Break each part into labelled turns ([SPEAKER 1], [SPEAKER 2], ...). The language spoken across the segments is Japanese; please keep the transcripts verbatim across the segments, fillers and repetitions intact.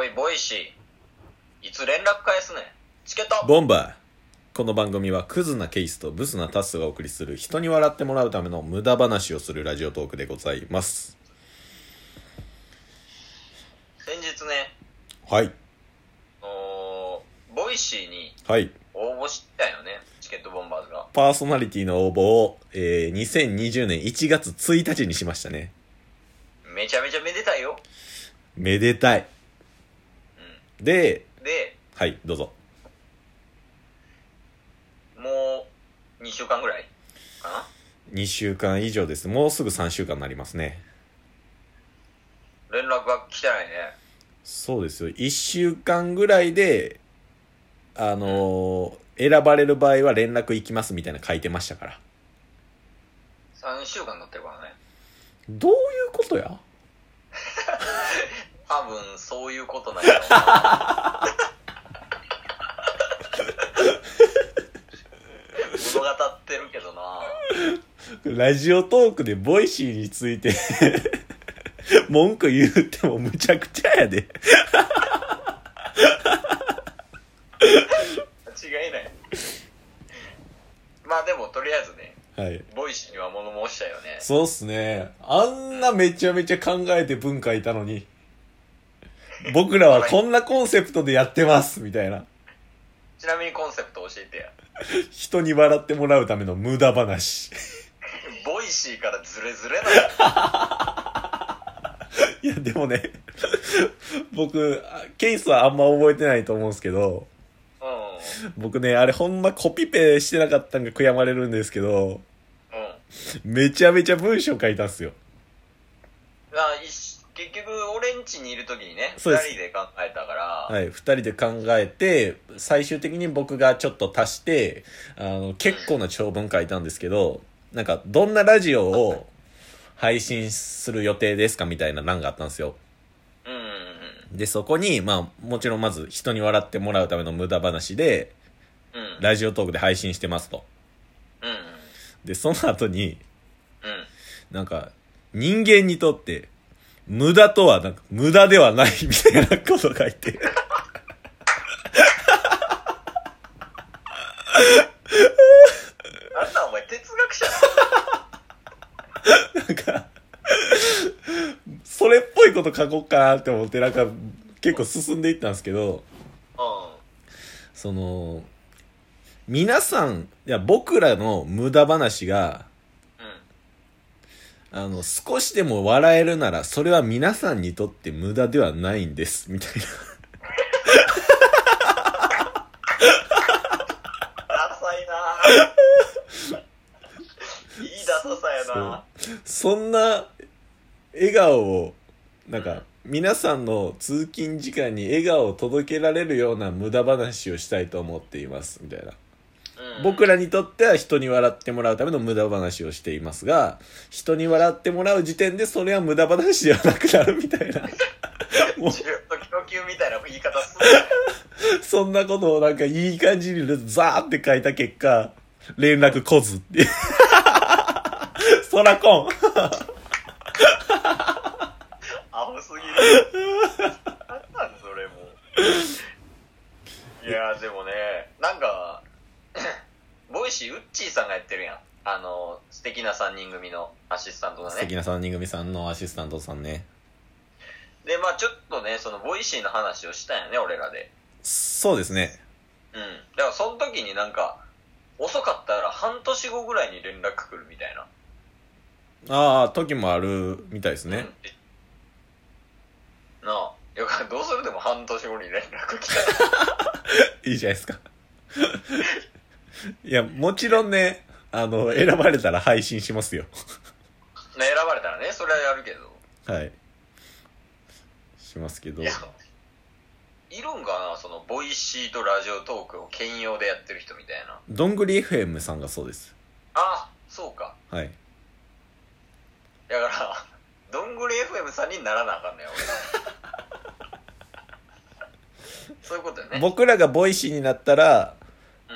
[SPEAKER 1] いボイシー、いつ連絡返すねん。チケット
[SPEAKER 2] ボンバー。この番組はクズなケイスとブスなタスがお送りする人に笑ってもらうための無駄話をするラジオトークでございます。
[SPEAKER 1] 先日ね、
[SPEAKER 2] はい
[SPEAKER 1] おボイシーに
[SPEAKER 2] はい
[SPEAKER 1] 応募したよね、チケットボンバーズが。
[SPEAKER 2] パーソナリティの応募を、えー、にせんにじゅうねんいちがつついたちにしましたね。
[SPEAKER 1] めちゃめちゃめでたいよ。
[SPEAKER 2] めでたい、うん、で
[SPEAKER 1] で
[SPEAKER 2] はいどうぞ。
[SPEAKER 1] もうにしゅうかんぐらいかな。
[SPEAKER 2] にしゅうかん以上です。もうすぐさんしゅうかんになりますね。
[SPEAKER 1] 連絡が来てないね。
[SPEAKER 2] そうですよ。いっしゅうかんぐらいであのー、選ばれる場合は連絡行きますみたいな書いてましたから。
[SPEAKER 1] さんしゅうかんになってるからね。
[SPEAKER 2] どういうことや。
[SPEAKER 1] 多分そういうことなんやろうな。物語ってるけどな。
[SPEAKER 2] ラジオトークでボイシーについて文句言うてもむちゃくちゃやで。
[SPEAKER 1] 間違いない。まあでもとりあえずね、
[SPEAKER 2] はい、
[SPEAKER 1] ボイシーには物申したよね。
[SPEAKER 2] そうっすね。あんなめちゃめちゃ考えて文書いたのに僕らはこんなコンセプトでやってますみたいな。
[SPEAKER 1] ちなみにコンセプト教えてや。
[SPEAKER 2] 人に笑ってもらうための無駄話。
[SPEAKER 1] ボイシーからズレズレな。
[SPEAKER 2] いやでもね、僕ケースはあんま覚えてないと思うんですけど、うん、僕ねあれほんまコピペしてなかったんが悔やまれるんですけど、うん、めちゃめちゃ文章書いたんすよ。
[SPEAKER 1] あ、結局俺ん家にいる時にね、ふたりで考えたから、
[SPEAKER 2] はい、ふたりで考えて最終的に僕がちょっと足してあの結構な長文書いたんですけど、なんかどんなラジオを配信する予定ですかみたいな欄があったんですよ。うん、でそこにまあもちろんまず人に笑ってもらうための無駄話で、うん、ラジオトークで配信してますと。うん、でその後に、うん、なんか人間にとって無駄とはなんか無駄ではないみたいなこと書いて。
[SPEAKER 1] なんだお前哲学者
[SPEAKER 2] なんかそれっぽいこと書こうかなって思ってなんか結構進んでいったんですけど、うん、その皆さんいや僕らの無駄話が、うん、あの少しでも笑えるならそれは皆さんにとって無駄ではないんですみたいな。
[SPEAKER 1] ダサいないいダサさやな。
[SPEAKER 2] そ, そんな笑顔をなんか皆さんの通勤時間に笑顔を届けられるような無駄話をしたいと思っていますみたいな、うん、僕らにとっては人に笑ってもらうための無駄話をしていますが人に笑ってもらう時点でそれは無駄話ではなくなるみたいな。もう
[SPEAKER 1] 自分の供給みたいな言い方す
[SPEAKER 2] る。そんなことをなんかいい感じにザーって書いた結果連絡来ずってそらこん
[SPEAKER 1] アホすぎる。なんなんそれもう。いやでもね、なんかボイシーウッチーさんがやってるやん、あの素敵なさんにん組のアシスタントだね。
[SPEAKER 2] 素敵なさんにん組さんのアシスタントさんね。
[SPEAKER 1] でまあちょっとねそのボイシーの話をしたんやね俺らで。
[SPEAKER 2] そうですね。
[SPEAKER 1] うん。だからその時になんか遅かったら半年後ぐらいに連絡来るみたいな。
[SPEAKER 2] ああ時もあるみたいですね。
[SPEAKER 1] うん、なあ、よかどうするでも半年後に連絡来た
[SPEAKER 2] いいじゃないですか。いやもちろんねあの選ばれたら配信しますよ。
[SPEAKER 1] 選ばれたらねそれはやるけど。
[SPEAKER 2] はい。しますけど。
[SPEAKER 1] いやいるんかなそのボイシーとラジオトークを兼用でやってる人みたいな。
[SPEAKER 2] どんぐり エフエム さんがそうです。
[SPEAKER 1] あ、そうか。
[SPEAKER 2] はい。
[SPEAKER 1] だからどんぐり エフエム さんにならなあかんねよ俺。そういうことよね。
[SPEAKER 2] 僕らがボイシーになったら、うん、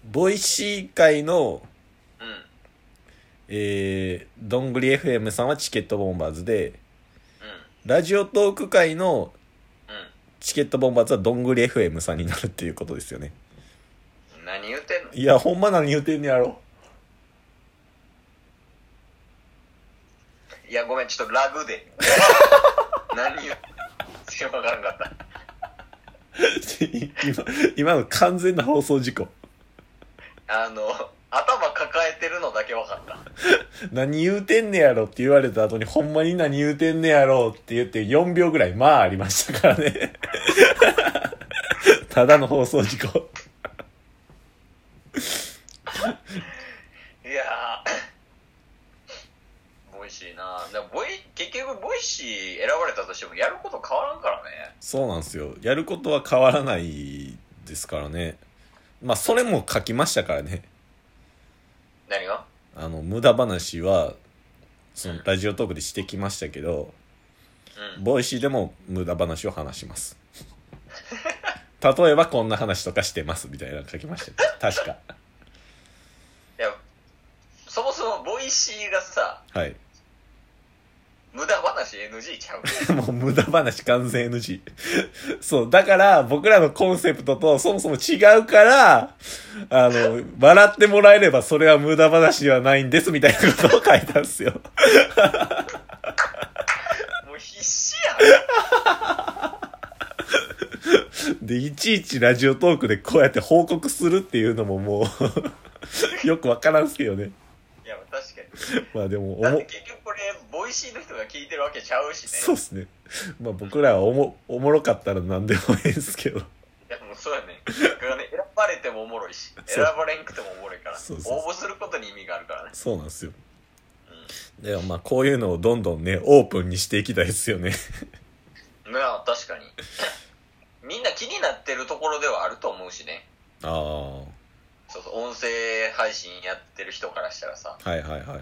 [SPEAKER 2] ボイシー界の、うん、えー、どんぐり エフエム さんはチケットボンバーズで、うん、ラジオトーク界のチケットボンバーズはどんぐり エフエム さんになるっていうことですよね。
[SPEAKER 1] 何言ってんの？
[SPEAKER 2] いやほんま何言うてんねやろ。
[SPEAKER 1] いやごめんちょっとラグで何言う全然分からんかった
[SPEAKER 2] 今今の完全な放送事故。
[SPEAKER 1] あの頭抱えてるのだけ分かった。
[SPEAKER 2] 何言うてんねやろって言われた後にほんまに何言うてんねやろって言ってよんびょうぐらいまあありましたからねただの放送事故
[SPEAKER 1] いやーボイシーな。でもボイ結局ボイシー選ばれたとしてもやること変わらんからね。
[SPEAKER 2] そうなんですよ。やることは変わらないですからね。まあそれも書きましたからね。
[SPEAKER 1] 何が？
[SPEAKER 2] あの無駄話はそのラジオトークでしてきましたけど、うん、ボイシーでも無駄話を話します例えばこんな話とかしてますみたいなの書きましたよ確か。
[SPEAKER 1] いやそもそもボイシーがさ、
[SPEAKER 2] はい、
[SPEAKER 1] 無駄話 エヌジー ちゃう
[SPEAKER 2] もう無駄話完全 エヌジー そうだから僕らのコンセプトとそもそも違うからあの笑ってもらえればそれは無駄話ではないんですみたいなことを書いたんですよ
[SPEAKER 1] もう必死やん
[SPEAKER 2] でいちいちラジオトークでこうやって報告するっていうのももうよくわからんすけどね。
[SPEAKER 1] いや確かに
[SPEAKER 2] まあでも
[SPEAKER 1] だって結局これボイシーの人が聞いてるわけちゃうしね。
[SPEAKER 2] そうっすね。まあ僕らはおもおもろかったら何でもいいんすけど。
[SPEAKER 1] いやもうそうやね。だからね選ばれてもおもろいし選ばれんくてもおもろいから
[SPEAKER 2] そうそうそう
[SPEAKER 1] 応募することに意味があるからね。
[SPEAKER 2] そうなんですよ、うん、でもまあこういうのをどんどんねオープンにしていきたいですよね
[SPEAKER 1] まあ確かにみんな気になってるところではあると思うしね。
[SPEAKER 2] ああ
[SPEAKER 1] そうそう音声配信やってる人からしたらさ。
[SPEAKER 2] はいはいはい。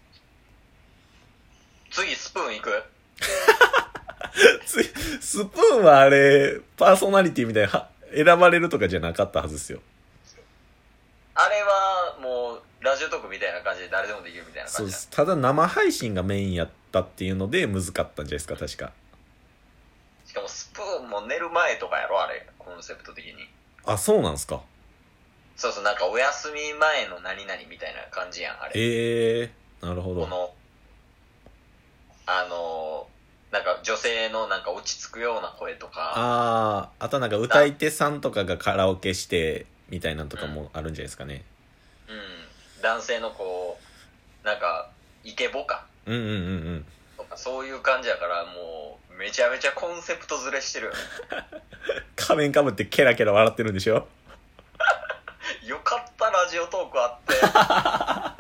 [SPEAKER 1] 次スプーン行く
[SPEAKER 2] つスプーンはあれパーソナリティみたいな選ばれるとかじゃなかったはずですよ。
[SPEAKER 1] あれはもうラジオトークみたいな感じで誰でもできるみたいな感じ。
[SPEAKER 2] そうです。ただ生配信がメインやったっていうので難かったんじゃないですか確か。
[SPEAKER 1] しかもスプーンも寝る前とかやろあれコンセプト的に。
[SPEAKER 2] あそうなんすか。
[SPEAKER 1] そうそうなんかお休み前の何々みたいな感じやんあれ。
[SPEAKER 2] ええー、なるほど。
[SPEAKER 1] このあのなんか女性のなんか落ち着くような声とか。
[SPEAKER 2] あああとなんか歌い手さんとかがカラオケしてみたいなのとかもあるんじゃないですかね。
[SPEAKER 1] うん、うん、男性のこうなんかイケボか
[SPEAKER 2] うんうんうんうん
[SPEAKER 1] とかそういう感じやからもうめちゃめちゃコンセプトずれしてるよ
[SPEAKER 2] 仮面かぶってケラケラ笑ってるんでしょ
[SPEAKER 1] よかったラジオトークあ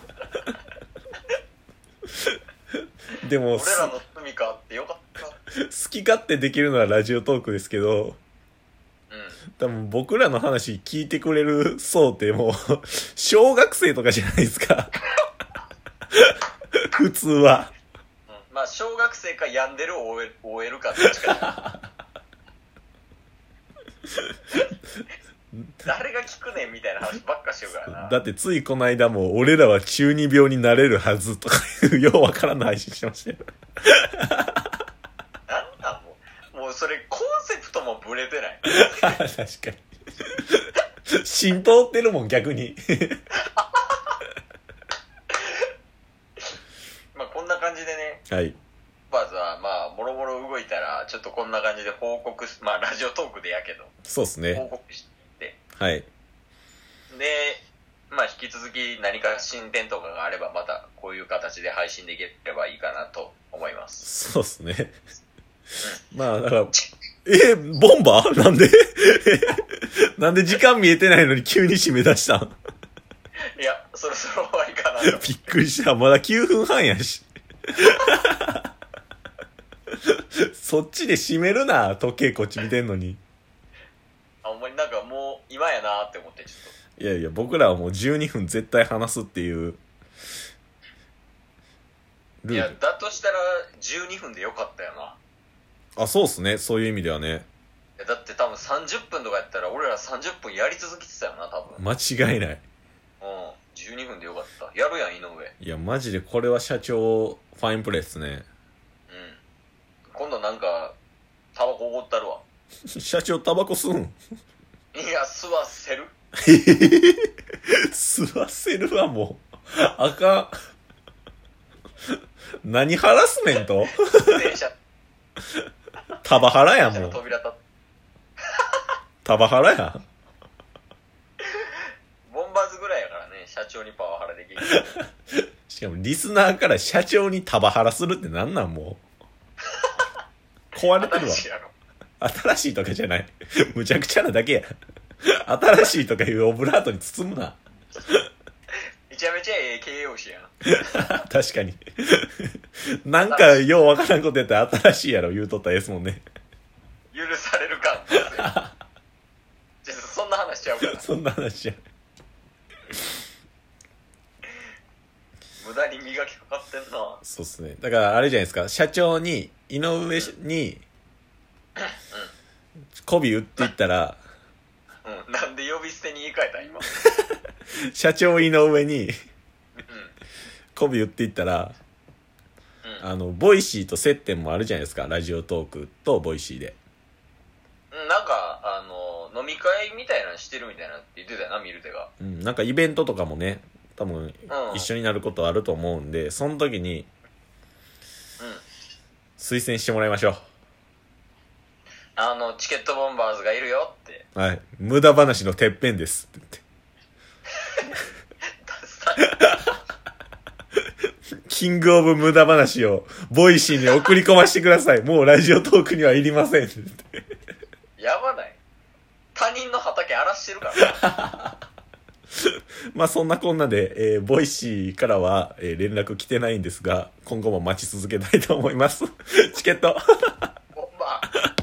[SPEAKER 1] って
[SPEAKER 2] でも
[SPEAKER 1] 俺らの住みかってよかった
[SPEAKER 2] 好き勝手できるのはラジオトークですけど、
[SPEAKER 1] うん、
[SPEAKER 2] 多分僕らの話聞いてくれる層ってもう小学生とかじゃないですか普通は、
[SPEAKER 1] うん、まあ小学生か病んでる オーエル, オーエルかどっちか誰が聞くねんみたいな話ばっかしようからな。
[SPEAKER 2] だってついこの間も俺らは中二病になれるはずとかいうようわからんの配信してましたよ
[SPEAKER 1] なんだもうもうそれコンセプトもブレてない
[SPEAKER 2] 確かに浸透ってるもん逆に
[SPEAKER 1] まあこんな感じでね、
[SPEAKER 2] はい
[SPEAKER 1] まずはまあもろもろ動いたらちょっとこんな感じで報告まあラジオトークでやけど
[SPEAKER 2] そうっすね
[SPEAKER 1] 報告して
[SPEAKER 2] はい
[SPEAKER 1] でまあ引き続き何か進展とかがあればまたこういう形で配信できればいいかなと思います。
[SPEAKER 2] そうっすね、うん、まあだからえボンバーなんでなんで時間見えてないのに急に締め出したん
[SPEAKER 1] いやそろそろ終わりかなと
[SPEAKER 2] びっくりしたまだきゅうふんはんやしそっちで締めるな時計こっち見てんのに。
[SPEAKER 1] あほんまになんかもう今やなって思ってちょっと
[SPEAKER 2] いやいや僕らはもうじゅうにふん絶対話すっていうルール。
[SPEAKER 1] いやだとしたらじゅうにふんでよかったよな。
[SPEAKER 2] あそうっすねそういう意味ではね。
[SPEAKER 1] だって多分さんじゅっぷんとかやったら俺らさんじゅっぷんやり続けてたよな多分。
[SPEAKER 2] 間違いない。
[SPEAKER 1] うんじゅうにふんでよかった。やるやん井上。
[SPEAKER 2] いやマジでこれは社長ファインプレーっすね。
[SPEAKER 1] うん今度なんかタバコおごったるわ。
[SPEAKER 2] 社長タバコ吸うん？
[SPEAKER 1] いや、吸わせる。
[SPEAKER 2] 吸わせるはもうあかん。何ハラスメント？
[SPEAKER 1] 電車
[SPEAKER 2] タバハラやん。
[SPEAKER 1] 電車
[SPEAKER 2] もう
[SPEAKER 1] の扉た
[SPEAKER 2] タバハラやん。
[SPEAKER 1] ボンバーズぐらいやからね、社長にパワハラできる。
[SPEAKER 2] しかもリスナーから社長にタバハラするってなんなん？もう壊れてるわ。
[SPEAKER 1] 新しいやろ。
[SPEAKER 2] 新しいとかじゃない。むちゃくちゃなだけや。新しいとかいうオブラートに包むな。
[SPEAKER 1] めちゃめちゃええ形容詞やん。
[SPEAKER 2] 確かに。なんかようわからんことやったら新しいやろ言うとったらええですもんね。
[SPEAKER 1] 許されるかってやつや。ちょっとそんな話しちゃうから。
[SPEAKER 2] そんな話や。
[SPEAKER 1] 無駄に磨きかかってんな。
[SPEAKER 2] そうっすね。だからあれじゃないですか。社長に井上に媚び売っていったら、
[SPEAKER 1] うん、なんで呼び捨てに言い換えた今。
[SPEAKER 2] 社長井上に
[SPEAKER 1] うん
[SPEAKER 2] 媚び売っていったら、
[SPEAKER 1] うん、
[SPEAKER 2] あのボイシーと接点もあるじゃないですか。ラジオトークとボイシーで。
[SPEAKER 1] うん、なんかあの飲み会みたいなのしてるみたいなって言ってたよな、ミルテが。
[SPEAKER 2] うん、なんかイベントとかもね、多分
[SPEAKER 1] うん
[SPEAKER 2] 一緒になることあると思うんで、その時に
[SPEAKER 1] うん、
[SPEAKER 2] 推薦してもらいましょ
[SPEAKER 1] あのチケットボンバーズがいるよって
[SPEAKER 2] う。はい。無駄話のてっぺんですって言って。キングオブ無駄話をボイシーに送り込ませてください。もうラジオトークにはいりませんって言って。
[SPEAKER 1] やばない？他人の畑荒らしてるから
[SPEAKER 2] まあそんなこんなで、えー、ボイシーからは、えー、連絡来てないんですが、今後も待ち続けたいと思います。チケット
[SPEAKER 1] ボンバー